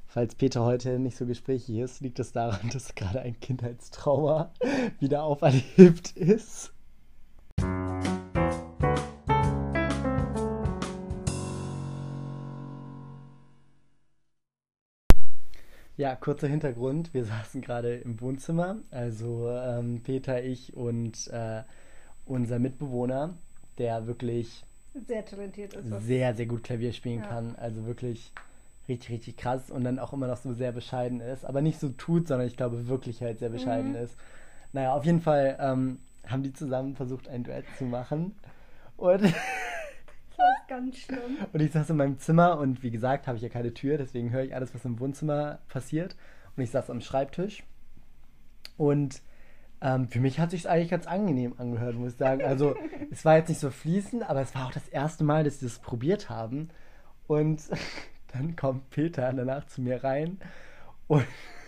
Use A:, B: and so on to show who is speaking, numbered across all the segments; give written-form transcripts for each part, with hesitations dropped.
A: Falls Peter heute nicht so gesprächig ist, liegt es daran, dass gerade ein Kindheitstrauma wieder auferlebt ist. Ja, kurzer Hintergrund. Wir saßen gerade im Wohnzimmer, also Peter, ich und unser Mitbewohner, der wirklich
B: Sehr talentiert ist was.
A: sehr, sehr gut Klavier spielen
B: Ja.
A: kann. Also wirklich richtig, richtig krass und dann auch immer noch so sehr bescheiden ist. Aber nicht so tut, sondern ich glaube wirklich halt sehr bescheiden
B: Mhm.
A: ist. Naja, auf jeden Fall haben die zusammen versucht, ein Duett zu machen. Und,
B: Das war ganz schlimm.
A: und ich saß in meinem Zimmer und wie gesagt, habe ich ja keine Tür, deswegen höre ich alles, was im Wohnzimmer passiert. Und ich saß am Schreibtisch und für mich hat sich eigentlich ganz angenehm angehört, muss ich sagen. Also es war jetzt nicht so fließend, aber es war auch das erste Mal, dass sie das probiert haben. Und dann kommt Peter danach zu mir rein und,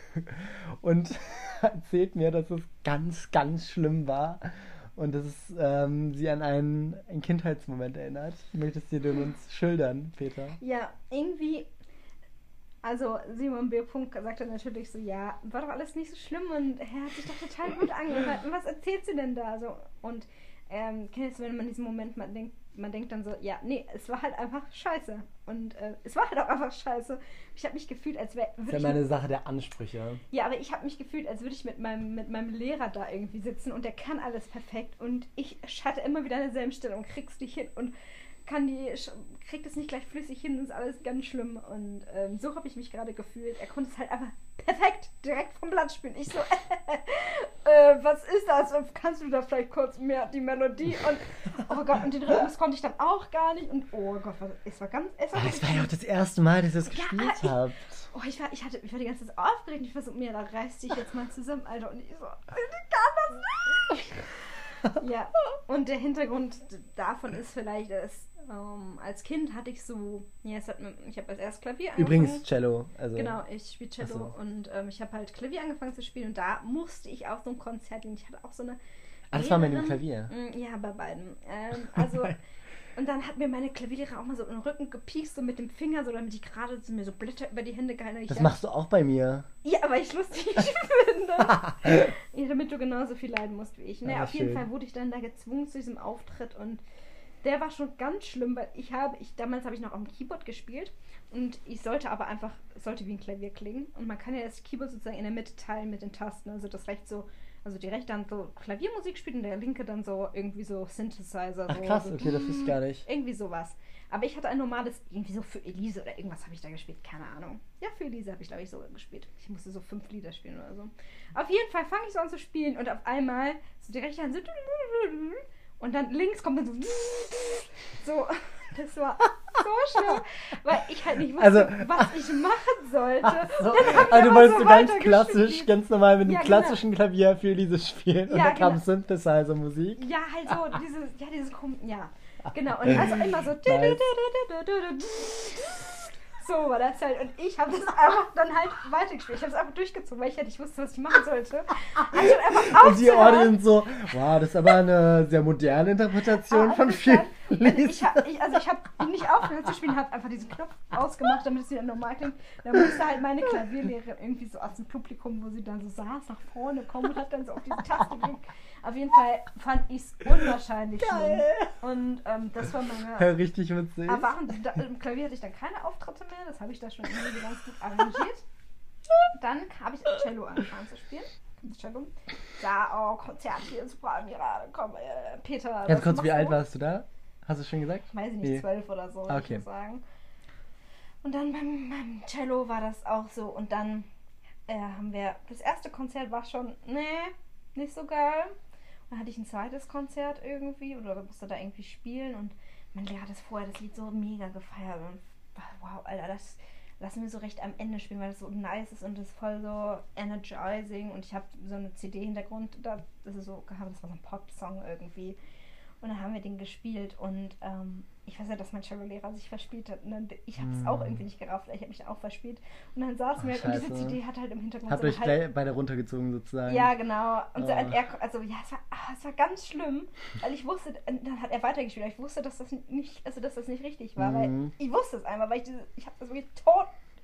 A: und erzählt mir, dass es ganz, ganz schlimm war und dass es sie an einen Kindheitsmoment erinnert. Möchtest du den uns schildern, Peter?
B: Ja, irgendwie, also Simon B. Punkt sagte natürlich so, ja, war doch alles nicht so schlimm und er hat sich doch total gut angehört. Und was erzählt sie denn da so? Und kennst du, wenn man in diesem Moment man denkt dann so, ja, nee, es war halt einfach scheiße. Und es war halt auch einfach scheiße. Ich habe mich gefühlt, als wäre...
A: Das ist ja mal eine Sache der Ansprüche.
B: Ja, aber ich habe mich gefühlt, als würde ich mit meinem Lehrer da irgendwie sitzen und der kann alles perfekt und ich schatte immer wieder an derselben Stelle und krieg's nicht hin und kriegt es nicht gleich flüssig hin und ist alles ganz schlimm und so habe ich mich gerade gefühlt. Er konnte es halt einfach perfekt direkt vom Blatt spielen. Ich so, was ist das? Kannst du da vielleicht kurz mehr die Melodie und oh Gott, und den Rhythmus konnte ich dann auch gar nicht und oh Gott, es war
A: Aber es war ja auch das erste Mal, dass ihr es
B: Ja,
A: gespielt habt.
B: ich war die ganze Zeit aufgeregt. Ich war so, da reiß dich jetzt mal zusammen, Alter. Und ich so, ich kann das nicht. Ja, und der Hintergrund davon ist vielleicht, dass als Kind hatte ich so, ja, ich habe als erst Klavier angefangen.
A: Übrigens Cello. Also,
B: Genau, ich spiele Cello
A: Ach so.
B: und ich habe halt Klavier angefangen zu spielen und da musste ich auch so ein Konzert gehen. Ich hatte auch so eine
A: Das war mit dem
B: Lehrerin.
A: Klavier.
B: Ja, bei beiden. Also, und dann hat mir meine Klavierlehrer auch mal so in den Rücken gepiekst, so mit dem Finger, so damit ich gerade so mir so Blätter über die Hände gehalten habe.
A: Das machst du auch bei mir.
B: Ja, aber ich lustig finde. Ja, damit du genauso viel leiden musst wie ich. Ne,
A: Ah,
B: auf jeden
A: schön.
B: Fall wurde ich dann da gezwungen zu diesem Auftritt und der war schon ganz schlimm, weil damals habe ich noch am Keyboard gespielt und ich sollte wie ein Klavier klingen und man kann ja das Keyboard sozusagen in der Mitte teilen mit den Tasten, also die rechte Hand so Klaviermusik spielt und der linke dann so irgendwie so Synthesizer.
A: Ach
B: so,
A: krass,
B: so,
A: okay, das wusste ich gar nicht.
B: irgendwie sowas. Aber ich hatte ein normales, irgendwie so für Elise oder irgendwas habe ich da gespielt, keine Ahnung. Ja, für Elise habe ich, glaube ich, so gespielt. Ich musste so 5 Lieder spielen oder so. Auf jeden Fall fange ich so an zu spielen und auf einmal so die rechte Hand so und dann links kommt dann so, das war so schlimm, weil ich halt nicht wusste,
A: Also-
B: was ich machen sollte.
A: Ach so.
B: Und dann haben wir
A: Also du
B: aber
A: wolltest
B: so
A: so ganz
B: weitergespielt.
A: klassisch, ganz normal mit einem
B: Ja, genau.
A: klassischen Klavier für dieses Spielen und
B: Ja,
A: dann kam
B: genau.
A: Synthesizer-Musik.
B: Ja, halt so, ja, genau. Und also immer so.
A: Nice.
B: So war das halt. Und ich habe das einfach dann halt weitergespielt. Ich habe es einfach durchgezogen, weil ich halt nicht wusste, was ich machen sollte. Anstatt einfach
A: Und die
B: aufzuhören.
A: Audience so, wow, das ist aber eine sehr moderne Interpretation von vielen
B: Ich
A: Liedern.
B: habe nicht aufgehört zu spielen, habe einfach diesen Knopf ausgemacht, damit es wieder normal klingt. Dann musste halt meine Klavierlehrerin irgendwie so aus dem Publikum, wo sie dann so saß, nach vorne kommen und hat dann so auf diese Taste gedrückt. Auf jeden Fall fand ich es unwahrscheinlich schlimm. Und das war meine
A: Ja, richtig witzig.
B: Erfahrung. Im Klavier hatte ich dann keine Auftritte mehr, das habe ich da schon irgendwie ganz gut arrangiert. Dann habe ich Cello angefangen zu spielen. Cello. Da, Konzert hier, super, gerade, komm, Peter.
A: Ganz
B: was
A: kurz,
B: machst
A: wie
B: du?
A: alt warst du da? Hast du schon gesagt?
B: Weiß ich nicht,
A: Nee.
B: 12 oder so,
A: Ah,
B: würde
A: okay.
B: ich sagen. Und dann beim Cello war das auch so. Und dann haben wir, das erste Konzert war schon, nicht so geil. Dann hatte ich ein zweites Konzert irgendwie oder musste da irgendwie spielen und mein Lehrer hat das Lied so mega gefeiert und wow, Alter, das lassen wir so recht am Ende spielen, weil das so nice ist und das ist voll so energizing und ich habe so eine CD-Hintergrund, das ist so gehabt, das war so ein Pop-Song irgendwie und dann haben wir den gespielt und ich weiß ja, dass mein Cello-Lehrer sich verspielt hat und dann, ich habe es auch irgendwie nicht gerafft, ich habe mich auch verspielt und dann saßen wir und diese
A: Scheiße.
B: CD hat halt im Hintergrund
A: Habt
B: so
A: euch
B: eine halb-
A: gleich beide runtergezogen sozusagen.
B: Ja, genau. Und so,
A: Oh.
B: es war ganz schlimm, weil ich wusste, dann hat er weitergespielt, aber ich wusste, dass das nicht richtig war, weil
A: Mhm.
B: ich wusste es einfach, weil ich habe das wirklich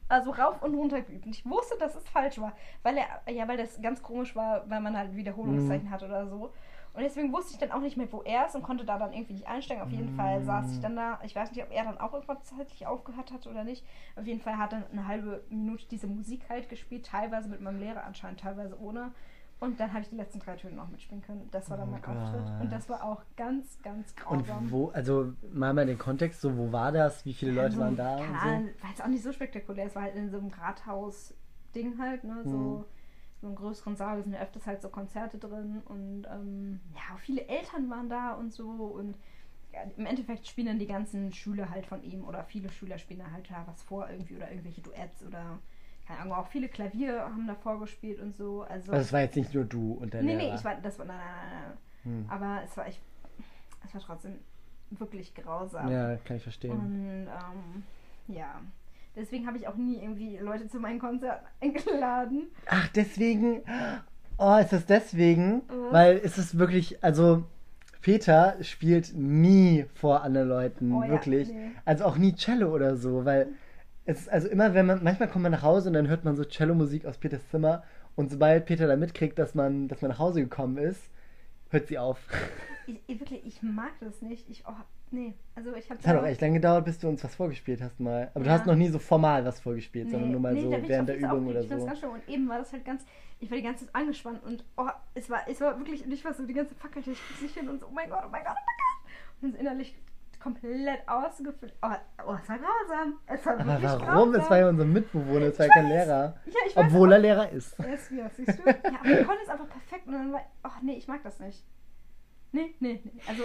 B: also rauf und runter geübt. Und ich wusste, dass es falsch war, weil das ganz komisch war, weil man halt Wiederholungszeichen hat oder so. Und deswegen wusste ich dann auch nicht mehr, wo er ist und konnte da dann irgendwie nicht einsteigen. Auf jeden Fall saß ich dann da. Ich weiß nicht, ob er dann auch irgendwann zeitlich aufgehört hat oder nicht. Auf jeden Fall hat er eine halbe Minute diese Musik halt gespielt, teilweise mit meinem Lehrer anscheinend, teilweise ohne. Und dann habe ich die letzten 3 Töne noch mitspielen können. Das war dann mein Auftritt. Und das war auch ganz, ganz grausam.
A: Und wo, also mal den Kontext, so wo war das? Wie viele Leute waren da?
B: Keine Ahnung, war jetzt auch nicht so spektakulär. Es war halt in so einem Rathaus-Ding halt, ne, so einem größeren Saal. Da sind ja öfters halt so Konzerte drin und auch viele Eltern waren da und so. Und ja, im Endeffekt spielen dann die ganzen Schüler halt von ihm oder viele Schüler spielen da halt was vor irgendwie oder irgendwelche Duets oder keine Ahnung, auch viele Klavier haben da vorgespielt und so. Also
A: es war jetzt nicht nur du und der Lehrer.
B: Nee, nein. Aber es war trotzdem wirklich grausam.
A: Ja, kann ich verstehen.
B: Und ja, deswegen habe ich auch nie irgendwie Leute zu meinen Konzerten eingeladen.
A: Ach, deswegen? Oh, ist das deswegen? Weil es ist wirklich, also Peter spielt nie vor anderen Leuten, wirklich. Ja, nee. Also auch nie Cello oder so, weil es ist also immer, manchmal kommt man nach Hause und dann hört man so Cello-Musik aus Peters Zimmer und sobald Peter dann mitkriegt, dass man nach Hause gekommen ist, hört sie auf.
B: Ich mag das nicht. Also ich habe.
A: Es hat auch echt lange gedauert, bis du uns was vorgespielt hast mal. Aber du hast noch nie so formal was vorgespielt, sondern nur mal so während der Übung oder so.
B: Ganz schön. Und eben war das halt ich war die ganze Zeit angespannt und es war wirklich, und ich war so die ganze Fackel, ich krieg nicht hin und so, oh mein Gott. Und so innerlich komplett ausgefüllt. Es war grausam. Es war
A: aber
B: wirklich
A: warum?
B: grausam.
A: Es war ja unser Mitbewohner, es war ja kein Lehrer.
B: Ja, ich weiß.
A: Obwohl er Lehrer ist.
B: Siehst du? Ja, aber er konnte es einfach perfekt und dann war ich mag das nicht. Nee. Also,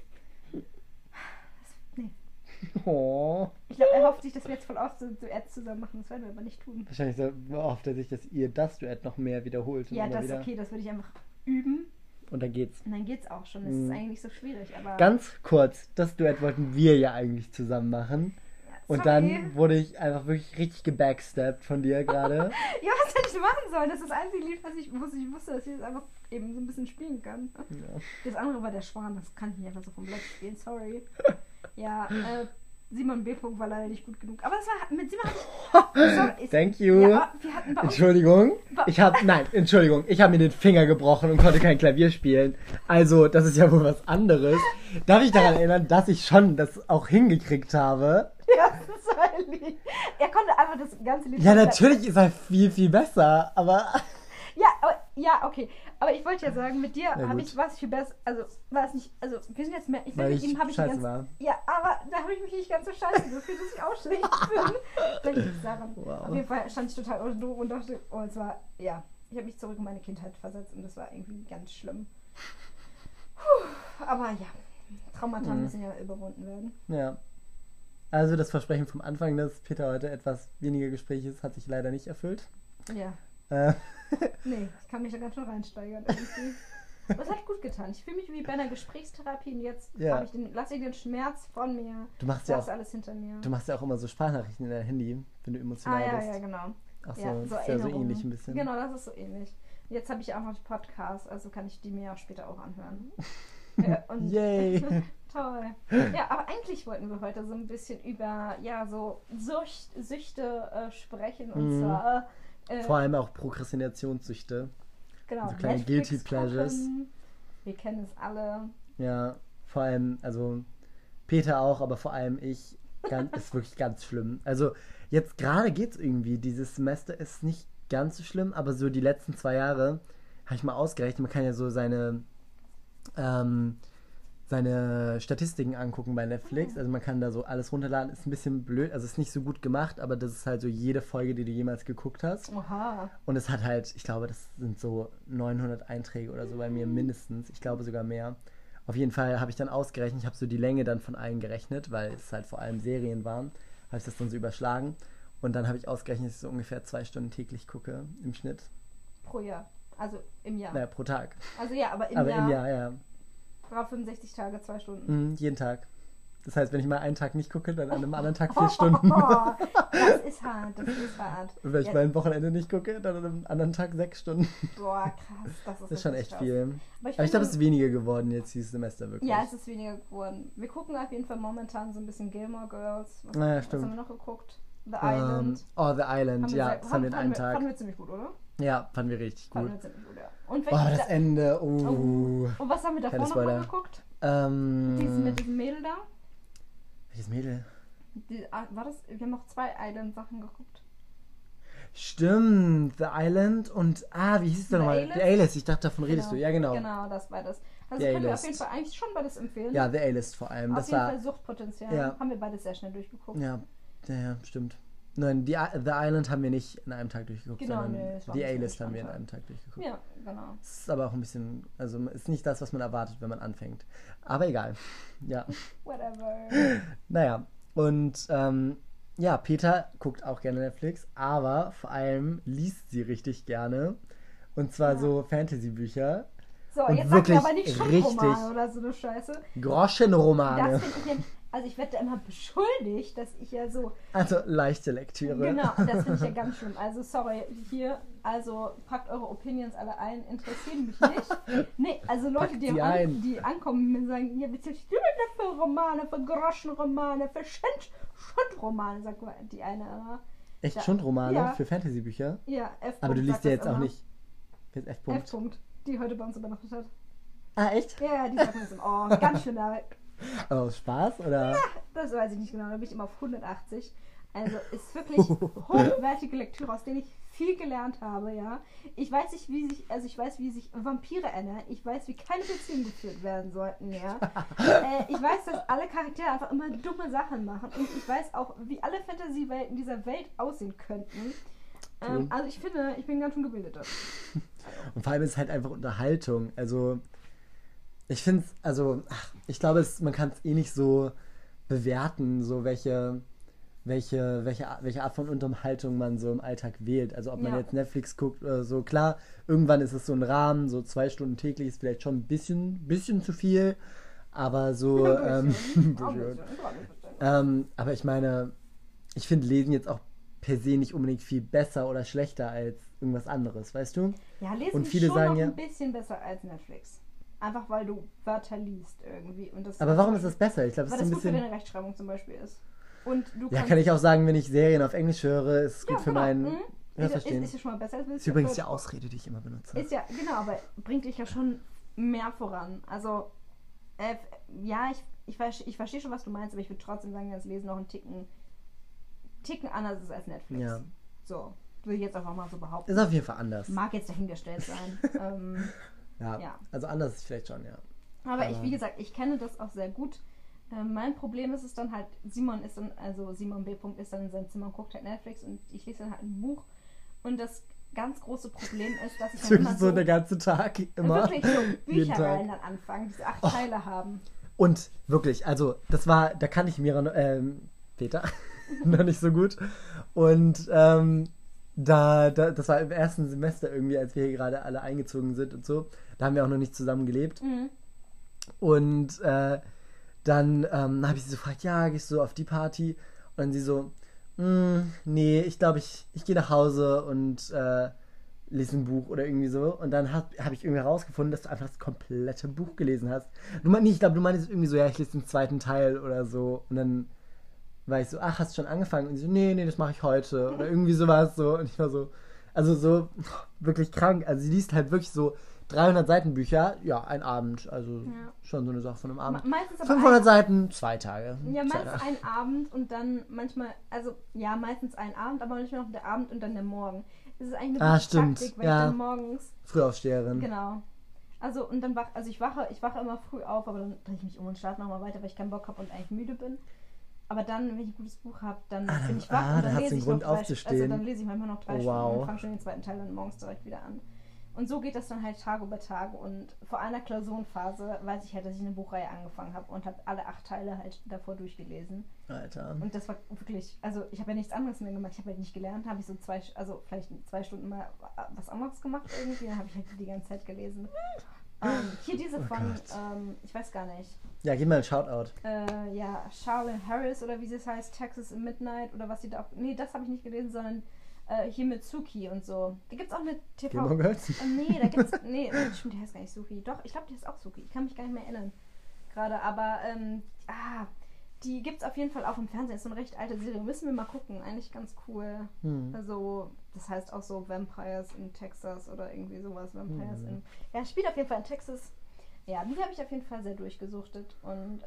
B: nee.
A: Oh.
B: Ich glaube, er hofft sich, dass wir jetzt voll oft so Duets zusammen machen. Das werden wir aber nicht tun.
A: Wahrscheinlich so hofft er sich, dass ihr das Duett noch mehr wiederholt.
B: Ja, das ist okay. Das würde ich einfach üben.
A: Und dann geht's.
B: Und dann geht's auch schon. Das ist eigentlich nicht so schwierig, aber...
A: Ganz kurz, das Duett wollten wir ja eigentlich zusammen machen. Ja, und dann wurde ich einfach wirklich richtig gebacksteppt von dir gerade.
B: Ja, was hätte ich machen sollen? Das ist das einzige Lied, was ich wusste, dass ich das einfach eben so ein bisschen spielen kann. Ja. Das andere war der Schwan, das kann ich nicht einfach so vom Blatt spielen, sorry. Ja, Simon B. war leider nicht gut genug. Aber das war mit Simon
A: Thank you.
B: Ja, wir hatten
A: Entschuldigung. Ich habe mir den Finger gebrochen und konnte kein Klavier spielen. Also, das ist ja wohl was anderes. Darf ich daran erinnern, dass ich schon das auch hingekriegt habe?
B: Ja, das war ein Lied. Er konnte einfach das ganze Lied...
A: Ja, natürlich ist er viel, viel besser, aber...
B: Ja, okay. Aber ich wollte ja sagen, mit dir war es viel besser. Also, war es nicht. Also, wir sind jetzt mehr. Ich finde, mit ihm habe ich
A: scheiße war.
B: Ja, aber da habe ich mich nicht ganz so scheiße gefühlt, dass ich auch schlecht bin. Vielleicht liegt es daran. Wow. Auf jeden Fall stand ich total unter Druck und dachte, es war. Ja, ich habe mich zurück in meine Kindheit versetzt und das war irgendwie ganz schlimm. Aber ja, Traumata müssen ja überwunden werden.
A: Ja. Also, das Versprechen vom Anfang, dass Peter heute etwas weniger Gespräch ist, hat sich leider nicht erfüllt.
B: Ja. Nee, ich kann mich da ganz schön reinsteigern irgendwie. Aber es hat gut getan. Ich fühle mich wie bei einer Gesprächstherapie und jetzt lasse ich den Schmerz von mir.
A: Du machst ja auch alles hinter mir. Du machst ja auch immer so Sprachnachrichten in dein Handy, wenn du emotional bist.
B: Ja, genau.
A: Ach so, das ist ja so ähnlich ein bisschen.
B: Genau, das ist so ähnlich. Jetzt habe ich auch noch die Podcasts, also kann ich die mir auch später auch anhören.
A: Yay!
B: Toll. Ja, aber eigentlich wollten wir heute so ein bisschen über so Süchte sprechen und zwar
A: vor allem auch Prokrastinationssüchte.
B: Genau.
A: So kleine
B: Netflix
A: Guilty Pleasures.
B: Gucken. Wir kennen es alle.
A: Ja, vor allem, also Peter auch, aber vor allem ich, ist wirklich ganz schlimm. Also jetzt gerade geht's irgendwie. Dieses Semester ist nicht ganz so schlimm, aber so die letzten 2 Jahre habe ich mal ausgerechnet. Man kann ja so seine Statistiken angucken bei Netflix. Also man kann da so alles runterladen. Ist ein bisschen blöd, also ist nicht so gut gemacht, aber das ist halt so jede Folge, die du jemals geguckt hast.
B: Oha.
A: Und es hat halt, ich glaube, das sind so 900 Einträge oder so bei mir mindestens. Ich glaube sogar mehr. Auf jeden Fall habe ich dann ausgerechnet, ich habe so die Länge dann von allen gerechnet, weil es halt vor allem Serien waren. Habe ich das dann so überschlagen. Und dann habe ich ausgerechnet, dass ich so ungefähr 2 Stunden täglich gucke im Schnitt.
B: Pro Jahr. Also im Jahr.
A: Naja, pro Tag.
B: Also ja, aber im Jahr, ja. 65 Tage, 2 Stunden.
A: Jeden Tag. Das heißt, wenn ich mal einen Tag nicht gucke, dann an einem anderen Tag 4 Stunden.
B: Das ist hart.
A: Und wenn ich mal ein Wochenende nicht gucke, dann an einem anderen Tag 6 Stunden.
B: Boah, krass. Das ist
A: schon echt
B: krass.
A: viel. Aber ich glaube, es ist weniger geworden jetzt dieses Semester wirklich.
B: Ja, es ist weniger geworden. Wir gucken auf jeden Fall momentan so ein bisschen Gilmore Girls. Was
A: stimmt.
B: haben wir noch geguckt? The Island.
A: The Island, ja, das haben wir in einem Tag.
B: Fanden wir ziemlich gut, oder?
A: Ja, fanden wir richtig gut.
B: Fanden wir ziemlich gut, ja. Und
A: das Ende,
B: Und was haben wir davor noch mal geguckt? Mit diesem Mädel da?
A: Welches Mädel?
B: War das? Wir haben noch 2 Island-Sachen geguckt.
A: Stimmt, The Island und, wie hieß es denn nochmal? The A-List, ich dachte, davon redest du. Ja, genau.
B: Genau, das war das. Also können wir auf jeden Fall eigentlich schon beides empfehlen.
A: Ja, The A-List vor allem.
B: Auf jeden Fall Suchtpotenzial.
A: Ja.
B: Haben wir beides sehr schnell durchgeguckt.
A: Ja, stimmt. Nein, The Island haben wir nicht in einem Tag durchgeguckt,
B: genau,
A: sondern die A-List haben wir in einem Tag durchgeguckt.
B: Ja, genau.
A: Das ist aber auch ein bisschen, also ist nicht das, was man erwartet, wenn man anfängt. Aber egal. Ja.
B: Whatever.
A: Naja, und Peter guckt auch gerne Netflix, aber vor allem liest sie richtig gerne. Und zwar so Fantasy-Bücher.
B: So,
A: und
B: jetzt
A: wirklich
B: sagt er aber nicht Schundromane oder so eine Scheiße.
A: Groschenromane.
B: Das finde ich ja, also ich werde da immer beschuldigt, dass ich ja so...
A: Also leichte Lektüre.
B: Genau, und das finde ich ja ganz schlimm. Also sorry, hier, also packt eure Opinions alle ein, interessieren mich nicht. Nee, also Leute, die ankommen und mir sagen, ja, was willst du denn für Romane, für Groschenromane, für Schundromane, sagt die eine immer.
A: Echt Schundromane? Ja. Für Fantasy-Bücher?
B: Ja, F.
A: Aber du liest ja jetzt auch nicht... Jetzt F.
B: F. Die heute bei uns übernachtet hat.
A: Ah, echt?
B: Ja, die sagt mir so, ganz schön da.
A: Aber aus Spaß, oder?
B: Ja, das weiß ich nicht genau, da bin ich immer auf 180. Also ist wirklich hochwertige Lektüre, aus denen ich viel gelernt habe, ja. Ich weiß nicht, wie sich Vampire ernähren. Ich weiß, wie keine Beziehungen geführt werden sollten, ja. Ich weiß, dass alle Charaktere einfach immer dumme Sachen machen. Und ich weiß auch, wie alle Fantasiewelten dieser Welt aussehen könnten. Also ich finde, ich bin ganz schön gebildet.
A: Und vor allem ist es halt einfach Unterhaltung. Also ich finde es, ich glaube, man kann es eh nicht so bewerten, so welche Art von Unterhaltung man so im Alltag wählt. Also ob man jetzt Netflix guckt oder so. Klar, irgendwann ist es so ein Rahmen, so 2 Stunden täglich ist vielleicht schon ein bisschen zu viel. Aber so... aber ich meine, ich finde Lesen jetzt auch per se nicht unbedingt viel besser oder schlechter als irgendwas anderes, weißt du?
B: Ja, Lesen
A: und viele
B: ist schon
A: sagen
B: noch ein bisschen besser als Netflix. Einfach weil du Wörter liest irgendwie. Und das
A: aber warum ist das besser? Ich glaube,
B: weil
A: es ist
B: das
A: ein bisschen...
B: gut für deine Rechtschreibung zum Beispiel ist. Und du
A: kann ich auch sagen, wenn ich Serien auf Englisch höre, ist es gut für meinen...
B: Hörverstehen. Ist ja schon mal besser als
A: das ist übrigens die Ausrede, die ich immer benutze.
B: Ist ja, genau, aber bringt dich ja schon mehr voran. Also, ich verstehe schon, was du meinst, aber ich würde trotzdem sagen, dass Lesen noch ein Ticken anders ist als Netflix. Ja. So, würde ich jetzt einfach mal so behaupten.
A: Ist auf jeden Fall anders.
B: Mag jetzt dahingestellt sein.
A: Ja, also anders ist vielleicht schon, ja.
B: Aber wie gesagt, ich kenne das auch sehr gut. Mein Problem ist es dann halt, Simon B. ist dann in seinem Zimmer und guckt halt Netflix und ich lese dann halt ein Buch. Und das ganz große Problem ist, dass ich dann immer
A: so der ganze Tag immer.
B: Wirklich so Bücherreihen dann anfangen, die so 8 Teile haben.
A: Und wirklich, also da kann ich Peter noch nicht so gut. Und das war im ersten Semester irgendwie, als wir hier gerade alle eingezogen sind und so. Da haben wir auch noch nicht zusammen gelebt. Mhm. Und dann habe ich sie so gefragt, ja, gehst du auf die Party? Und dann sie so, nee, ich glaube, ich gehe nach Hause und lese ein Buch oder irgendwie so. Und dann hab ich irgendwie herausgefunden, dass du einfach das komplette Buch gelesen hast. Ich glaube, du meinst irgendwie so, ja, ich lese den 2. Teil oder so. Und dann war ich so, ach, hast du schon angefangen? Und sie so, nee, das mache ich heute. Oder irgendwie sowas so. Und ich war so, also so wirklich krank. Also sie liest halt wirklich so 300 Seiten Bücher, ja, ein Abend. Also schon so eine Sache von einem Abend. 500 Seiten, 2 Tage.
B: Ja, meistens ein Abend und dann manchmal, also ja, meistens ein Abend, aber manchmal noch der Abend und dann der Morgen. Das ist eigentlich eine gute Taktik, weil ich dann morgens...
A: Frühaufsteherin.
B: Genau. Also und dann ich wache immer früh auf, aber dann drehe ich mich um und schlafe nochmal weiter, weil ich keinen Bock habe und eigentlich müde bin. Aber dann, wenn ich ein gutes Buch habe, dann bin ich wach und dann lese ich noch 3 Stunden. Also dann lese ich manchmal noch 3 Stunden und fange schon den 2. Teil dann morgens direkt wieder an. Und so geht das dann halt Tag über Tag. Und vor einer Klausurenphase weiß ich halt, dass ich eine Buchreihe angefangen habe und habe alle 8 Teile halt davor durchgelesen. Alter. Und das war wirklich, also ich habe ja nichts anderes mehr gemacht. Ich habe halt nicht gelernt, habe ich so vielleicht 2 Stunden mal was anderes gemacht irgendwie. Dann habe ich halt die ganze Zeit gelesen. Hier diese von, ich weiß gar nicht.
A: Ja, gib mal ein Shoutout.
B: Charlotte Harris oder wie sie es heißt, Texas in Midnight oder was sie da auch... Nee, das habe ich nicht gelesen, sondern hier mit Suki und so. Da gibt's auch eine TV... nee, da gibt's... Nee, stimmt, die heißt gar nicht Suki. Doch, ich glaube, die heißt auch Suki. Ich kann mich gar nicht mehr erinnern. Gerade, aber, Die gibt's auf jeden Fall auch im Fernsehen. Ist so eine recht alte Serie. Müssen wir mal gucken. Eigentlich ganz cool. Also, das heißt auch so Vampires in Texas oder irgendwie sowas. Vampires in... Ja, spielt auf jeden Fall in Texas. Ja, die habe ich auf jeden Fall sehr durchgesuchtet. Und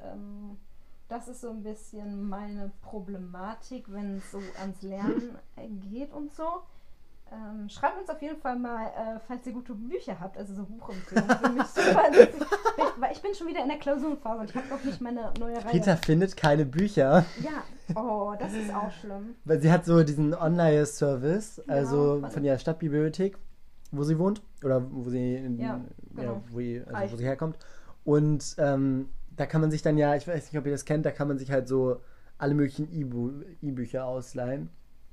B: das ist so ein bisschen meine Problematik, wenn es so ans Lernen geht und so. Schreibt uns auf jeden Fall mal, falls ihr gute Bücher habt, also so Buchempfehlungen. Würde mich super interessieren. Weil ich bin schon wieder in der Klausurenphase und ich habe noch nicht meine neue Reihe.
A: Peter findet keine Bücher.
B: Ja, oh, das ist auch schlimm.
A: Weil sie hat so diesen Online-Service,
B: Ja,
A: also
B: voll.
A: von der Stadtbibliothek, wo sie wohnt. Oder wo sie,
B: genau.
A: wo sie herkommt. Und da kann man sich dann ja, ich weiß nicht, ob ihr das kennt, da kann man sich halt so alle möglichen E-Bücher ausleihen.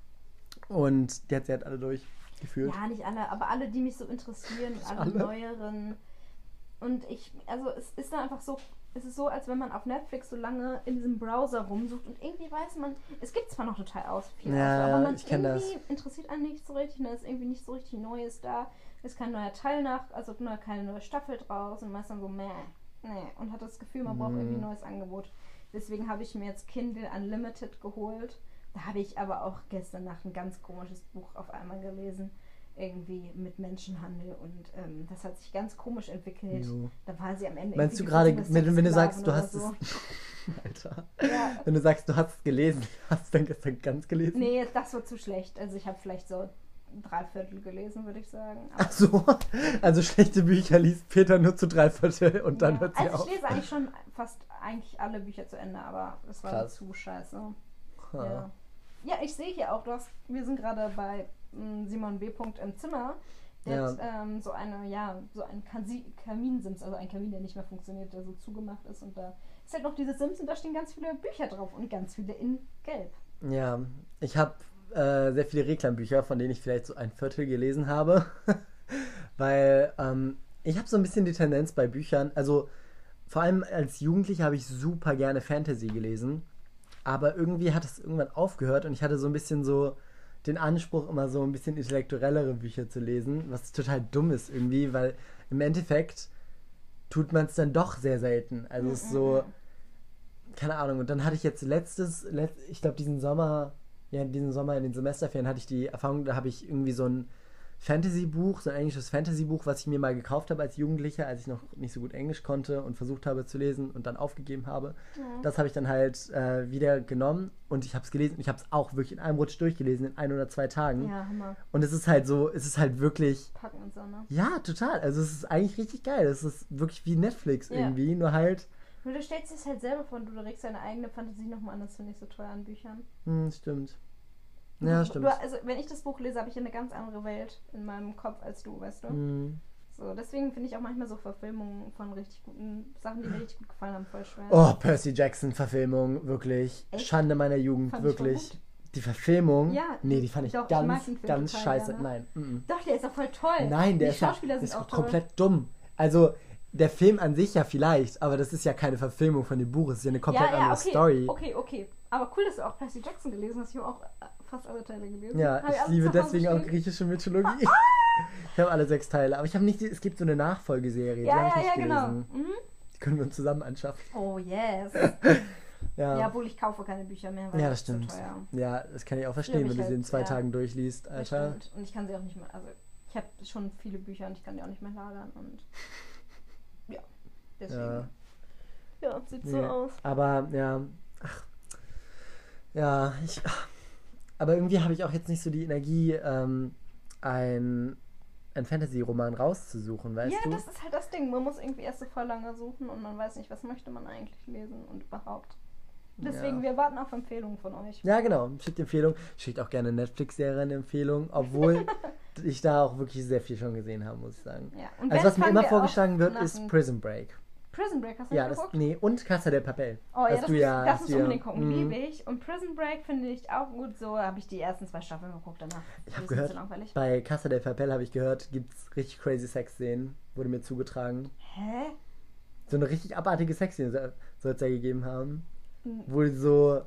A: Und die hat sie halt alle durchgeführt.
B: Ja, nicht alle, aber alle, die mich so interessieren, alle neueren. Und also es ist dann einfach so, es ist so, als wenn man auf Netflix so lange in diesem Browser rumsucht und irgendwie weiß man, es gibt zwar noch total viel
A: Ja,
B: aber man
A: ich kenn
B: irgendwie
A: das.
B: interessiert einen nicht so richtig, da ist irgendwie nicht so richtig Neues da, ist kein neuer Teil also keine neue Staffel draus und man ist dann so, nee. Und hat das Gefühl, man braucht irgendwie ein neues Angebot. Deswegen habe ich mir jetzt Kindle Unlimited geholt. Da habe ich aber auch gestern Nacht ein ganz komisches Buch auf einmal gelesen. Irgendwie mit Menschenhandel und das hat sich ganz komisch entwickelt.
A: Jo.
B: Da war sie am Ende.
A: Meinst du gerade, wenn du sagst, du hast
B: so.
A: es. Alter.
B: Ja.
A: Wenn du sagst, du hast es gelesen, hast du dann gestern ganz gelesen?
B: Nee, das war zu schlecht. Also ich habe vielleicht so 3/4 gelesen, würde ich sagen. Aber
A: Ach so, also schlechte Bücher liest Peter nur zu 3/4 und dann hört sie
B: also
A: auf.
B: ich lese eigentlich schon fast eigentlich alle Bücher zu Ende, aber es war
A: Krass.
B: zu scheiße.
A: Ha.
B: Ja, ich sehe hier auch, wir sind gerade bei Simon B. im Zimmer. Der hat so einen Kaminsims, also ein Kamin, der nicht mehr funktioniert, der so zugemacht ist. Und da ist halt noch diese Sims und da stehen ganz viele Bücher drauf und ganz viele in Gelb.
A: Ja, ich habe sehr viele Reklambücher, von denen ich vielleicht so 1/4 gelesen habe. Weil ich habe so ein bisschen die Tendenz bei Büchern, also vor allem als Jugendlicher habe ich super gerne Fantasy gelesen. Aber irgendwie hat es irgendwann aufgehört und ich hatte so ein bisschen so den Anspruch, immer so ein bisschen intellektuellere Bücher zu lesen, was total dumm ist irgendwie, weil im Endeffekt tut man es dann doch sehr selten. Also es ist so, keine Ahnung. Und dann hatte ich jetzt ich glaube diesen Sommer in den Semesterferien hatte ich die Erfahrung, da habe ich irgendwie so ein Fantasy-Buch, so ein englisches Fantasy-Buch, was ich mir mal gekauft habe als Jugendlicher, als ich noch nicht so gut Englisch konnte und versucht habe zu lesen und dann aufgegeben habe. Ja. Das habe ich dann halt wieder genommen und ich habe es gelesen. Ich habe es auch wirklich in einem Rutsch durchgelesen, in 1 oder 2 Tagen.
B: Ja, Hammer.
A: Und es ist halt so, es ist halt wirklich...
B: Packen und so, ne?
A: Ja, total. Also es ist eigentlich richtig geil. Es ist wirklich wie Netflix irgendwie, nur halt...
B: Nur du stellst es halt selber vor, du regst deine eigene Fantasie nochmal an, das finde ich so teuer an Büchern.
A: Stimmt. Ja, stimmt.
B: Also, wenn ich das Buch lese, habe ich eine ganz andere Welt in meinem Kopf als du, weißt du? So, deswegen finde ich auch manchmal so Verfilmungen von richtig guten Sachen, die mir richtig gut gefallen haben, voll schwer.
A: Oh, Percy Jackson-Verfilmung, wirklich. Echt? Schande meiner Jugend, fand wirklich. Die Verfilmung? Ja. Nee, die fand ich ganz scheiße.
B: Gerne. Nein. Doch, der ist doch voll toll.
A: Nein, der ist auch komplett dumm. Also, der Film an sich ja vielleicht, aber das ist ja keine Verfilmung von dem Buch, es ist ja eine komplett andere Story.
B: Okay. Aber cool, dass du auch Percy Jackson gelesen hast. Ich habe auch fast alle Teile gelesen.
A: Ja, ich liebe deswegen auch griechische Mythologie. Ich habe alle 6 Teile, aber ich habe nicht, es gibt so eine Nachfolgeserie, die habe ich nicht gelesen. Genau. Die können wir uns zusammen anschaffen.
B: Oh yes. Ja, obwohl ich kaufe keine Bücher mehr, weil
A: das stimmt.
B: Zu teuer.
A: Ja, das kann ich auch verstehen, wenn du sie in 2 Tagen durchliest, Alter.
B: Das stimmt. Und ich kann sie auch nicht mehr, also ich habe schon viele Bücher und ich kann die auch nicht mehr lagern und ja, deswegen. Ja, sieht so aus.
A: Aber aber irgendwie habe ich auch jetzt nicht so die Energie, ein Fantasy-Roman rauszusuchen, weißt du?
B: Ja, das ist halt das Ding. Man muss irgendwie erst so voll lange suchen und man weiß nicht, was möchte man eigentlich lesen und überhaupt. Deswegen, wir warten auf Empfehlungen von euch.
A: Ja, genau. Schickt Empfehlungen. Schickt auch gerne Netflix-Serien-Empfehlungen, obwohl ich da auch wirklich sehr viel schon gesehen habe, muss ich sagen.
B: Ja. Und
A: also was mir immer vorgeschlagen wird, ist Prison Break.
B: Prison Break, hast du geguckt?
A: Und Casa de Papel.
B: Oh ja, das muss unbedingt gucken, liebe ich. Und Prison Break finde ich auch gut, so habe ich die ersten 2 Staffeln geguckt, danach
A: ich habe gehört, bei Casa de Papel habe ich gehört, gibt es richtig crazy Sex-Szenen, wurde mir zugetragen.
B: Hä?
A: So eine richtig abartige Sex-Szene soll es ja gegeben haben. Wohl so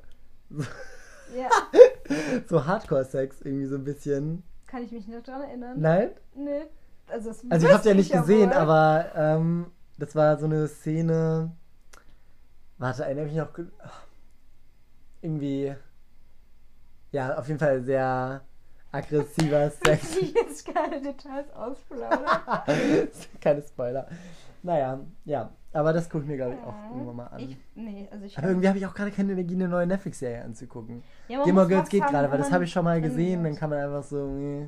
A: so Hardcore-Sex irgendwie so ein bisschen.
B: Kann ich mich nicht daran erinnern?
A: Nein?
B: Nee. Also
A: ich hab's ja nicht gesehen, aber das war so eine Szene. Warte, erinnere mich noch. irgendwie, ja, auf jeden Fall sehr aggressiver Sex.
B: Ich jetzt keine Details ausplaudern.
A: Keine Spoiler. Naja, ja. Aber das gucke ich mir, glaube ich, auch irgendwann mal an. Aber irgendwie habe ich auch gerade keine Energie, eine neue Netflix-Serie anzugucken.
B: Ja,
A: Game of Girls geht gerade, weil das habe ich schon mal gesehen. Dann kann man einfach so...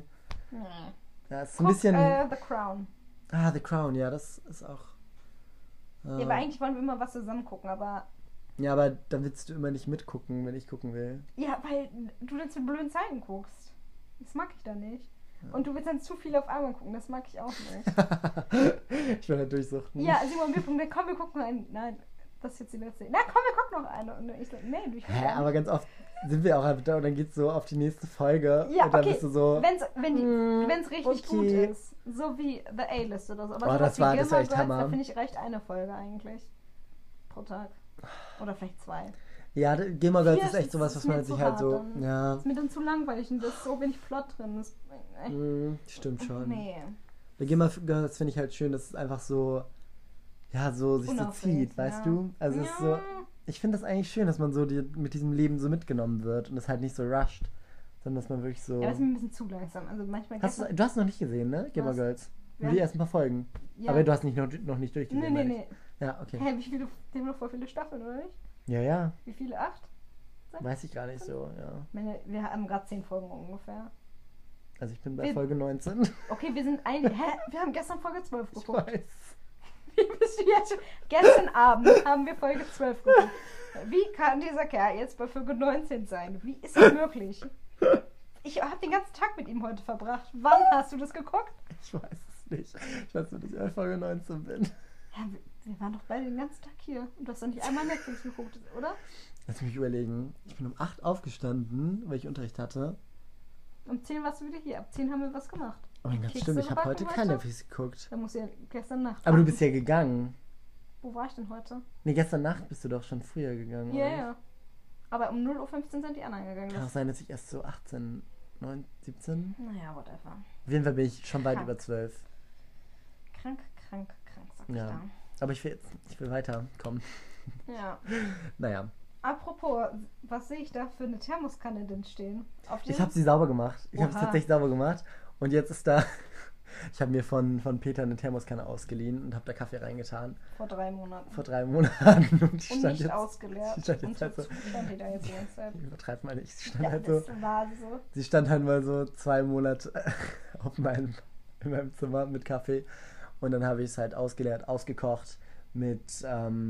A: Ja, es ist ein bisschen...
B: The Crown.
A: Ah, The Crown, ja, das ist auch...
B: Ja, aber eigentlich wollen wir immer was zusammen gucken, aber...
A: Ja, aber dann willst du immer nicht mitgucken, wenn ich gucken will.
B: Ja, weil du dann zu blöden Zeiten guckst. Das mag ich dann nicht. Und du willst dann zu viel auf einmal gucken, das mag ich auch nicht.
A: Ich will halt durchsuchten.
B: Ja, Simon, komm, wir gucken einen. Nein, das ist jetzt die letzte. Na komm, wir gucken noch eine. Und ich so, nee, du
A: aber ganz oft sind wir auch einfach da und dann geht's so auf die nächste Folge.
B: Ja,
A: und dann
B: okay,
A: bist du so...
B: Wenn's richtig gut ist. So wie The A-List oder so. Aber
A: das war echt Hammer.
B: Da finde ich reicht eine Folge eigentlich. Pro Tag. Oder vielleicht 2.
A: Ja, Game of Girls ist echt sowas, was man sich halt so...
B: Dann.
A: Ja.
B: Ist mir dann zu langweilig und da ist so wenig Plot drin.
A: Stimmt schon.
B: Nee.
A: Bei Game of Girls finde ich halt schön, dass es einfach so... Ja, so sich so zieht, weißt du? Also es ist so... Ich finde das eigentlich schön, dass man so mit diesem Leben so mitgenommen wird und es halt nicht so rusht, sondern dass man wirklich so...
B: Ja, das ist mir ein bisschen zu langsam. Also manchmal...
A: Du hast noch nicht gesehen, ne? Game of Girls. Nur die ersten paar Folgen. Ja. Aber du hast noch nicht durchgesehen.
B: Nee.
A: Ja, okay.
B: Hä, die haben noch voll viele Staffeln, oder nicht?
A: Ja.
B: Wie viele? 8?
A: Weiß ich gar nicht so, ja.
B: Wir haben gerade 10 Folgen ungefähr.
A: Also ich bin bei Folge 19.
B: Okay, wir sind wir haben gestern Folge 12 geguckt.
A: Ich weiß.
B: Wie bist du jetzt schon? Gestern Abend haben wir Folge 12 geguckt. Wie kann dieser Kerl jetzt bei Folge 19 sein? Wie ist das möglich? Ich habe den ganzen Tag mit ihm heute verbracht. Wann hast du das geguckt?
A: Ich weiß es nicht. Ich weiß nur, dass ich bei Folge 19 bin.
B: Ja, wir waren doch beide den ganzen Tag hier. Und du hast doch nicht einmal Netflix geguckt, oder?
A: Lass mich überlegen. Ich bin um 8 aufgestanden, weil ich Unterricht hatte.
B: Um 10 warst du wieder hier. Ab 10 haben wir was gemacht.
A: Oh mein Gott, stimmt. Ich habe heute kein Netflix geguckt.
B: Da musst du ja gestern Nacht.
A: Aber du bist ja gegangen.
B: Wo war ich denn heute?
A: Nee, gestern Nacht bist du doch schon früher gegangen.
B: Ja, ja. Aber um 0:15 Uhr sind die anderen gegangen.
A: Kann auch sein, dass ich erst so 18, 9, 17...
B: Naja, whatever.
A: Auf jeden Fall bin ich schon weit über 12.
B: Krank, sag ich da.
A: Aber ich will weiterkommen.
B: Ja.
A: Naja.
B: Apropos, was sehe ich da für eine Thermoskanne denn stehen?
A: Ich habe sie sauber gemacht. Ich habe es tatsächlich sauber gemacht. Und jetzt ist da... Ich habe mir von Peter eine Thermoskanne ausgeliehen und habe da Kaffee reingetan.
B: Vor 3 Monaten.
A: Und
B: nicht
A: jetzt,
B: ausgeleert.
A: Stand jetzt halt so.
B: Stand die da jetzt
A: Ich übertreibe mal nicht. Sie stand
B: ja,
A: halt so.
B: Das war so.
A: Sie stand halt mal so 2 Monate in meinem Zimmer mit Kaffee. Und dann habe ich es halt ausgeleert, ausgekocht mit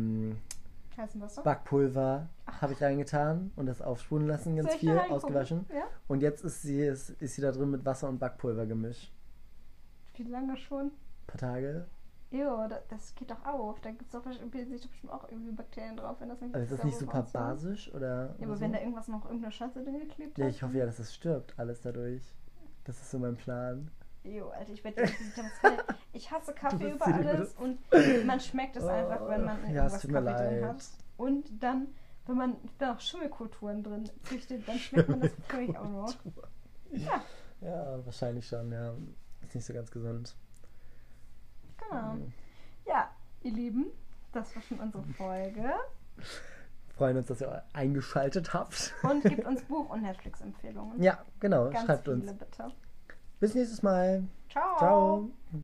A: Backpulver habe ich reingetan und das aufspulen lassen, ganz viel, ausgewaschen. Ja? Und jetzt ist sie da drin mit Wasser und Backpulver gemischt.
B: Wie lange schon?
A: Ein paar Tage.
B: Jo, das geht doch auf. Da gibt es doch bestimmt auch irgendwie Bakterien drauf, wenn das nicht.
A: Also ist das nicht super basisch oder?
B: Ja, aber
A: so?
B: wenn da irgendeine Scheiße drin geklebt hat.
A: Ja, ich hoffe ja, dass es stirbt, alles dadurch. Das ist so mein Plan.
B: Jo, Alter, ich hasse Kaffee über alles und man schmeckt es einfach, wenn man irgendwas Kaffee drin hat. Und dann, wenn man da noch Schimmelkulturen drin züchtet, dann schmeckt man das für mich auch noch. Ja.
A: Ja, wahrscheinlich schon, ja. Ist nicht so ganz gesund.
B: Genau. Ja, ihr Lieben, das war schon unsere Folge.
A: Wir freuen uns, dass ihr eingeschaltet habt.
B: Und gebt uns Buch- und Netflix-Empfehlungen.
A: Ja, genau.
B: Ganz
A: schreibt
B: viele,
A: uns.
B: Bitte.
A: Bis nächstes Mal.
B: Ciao.
A: Ciao.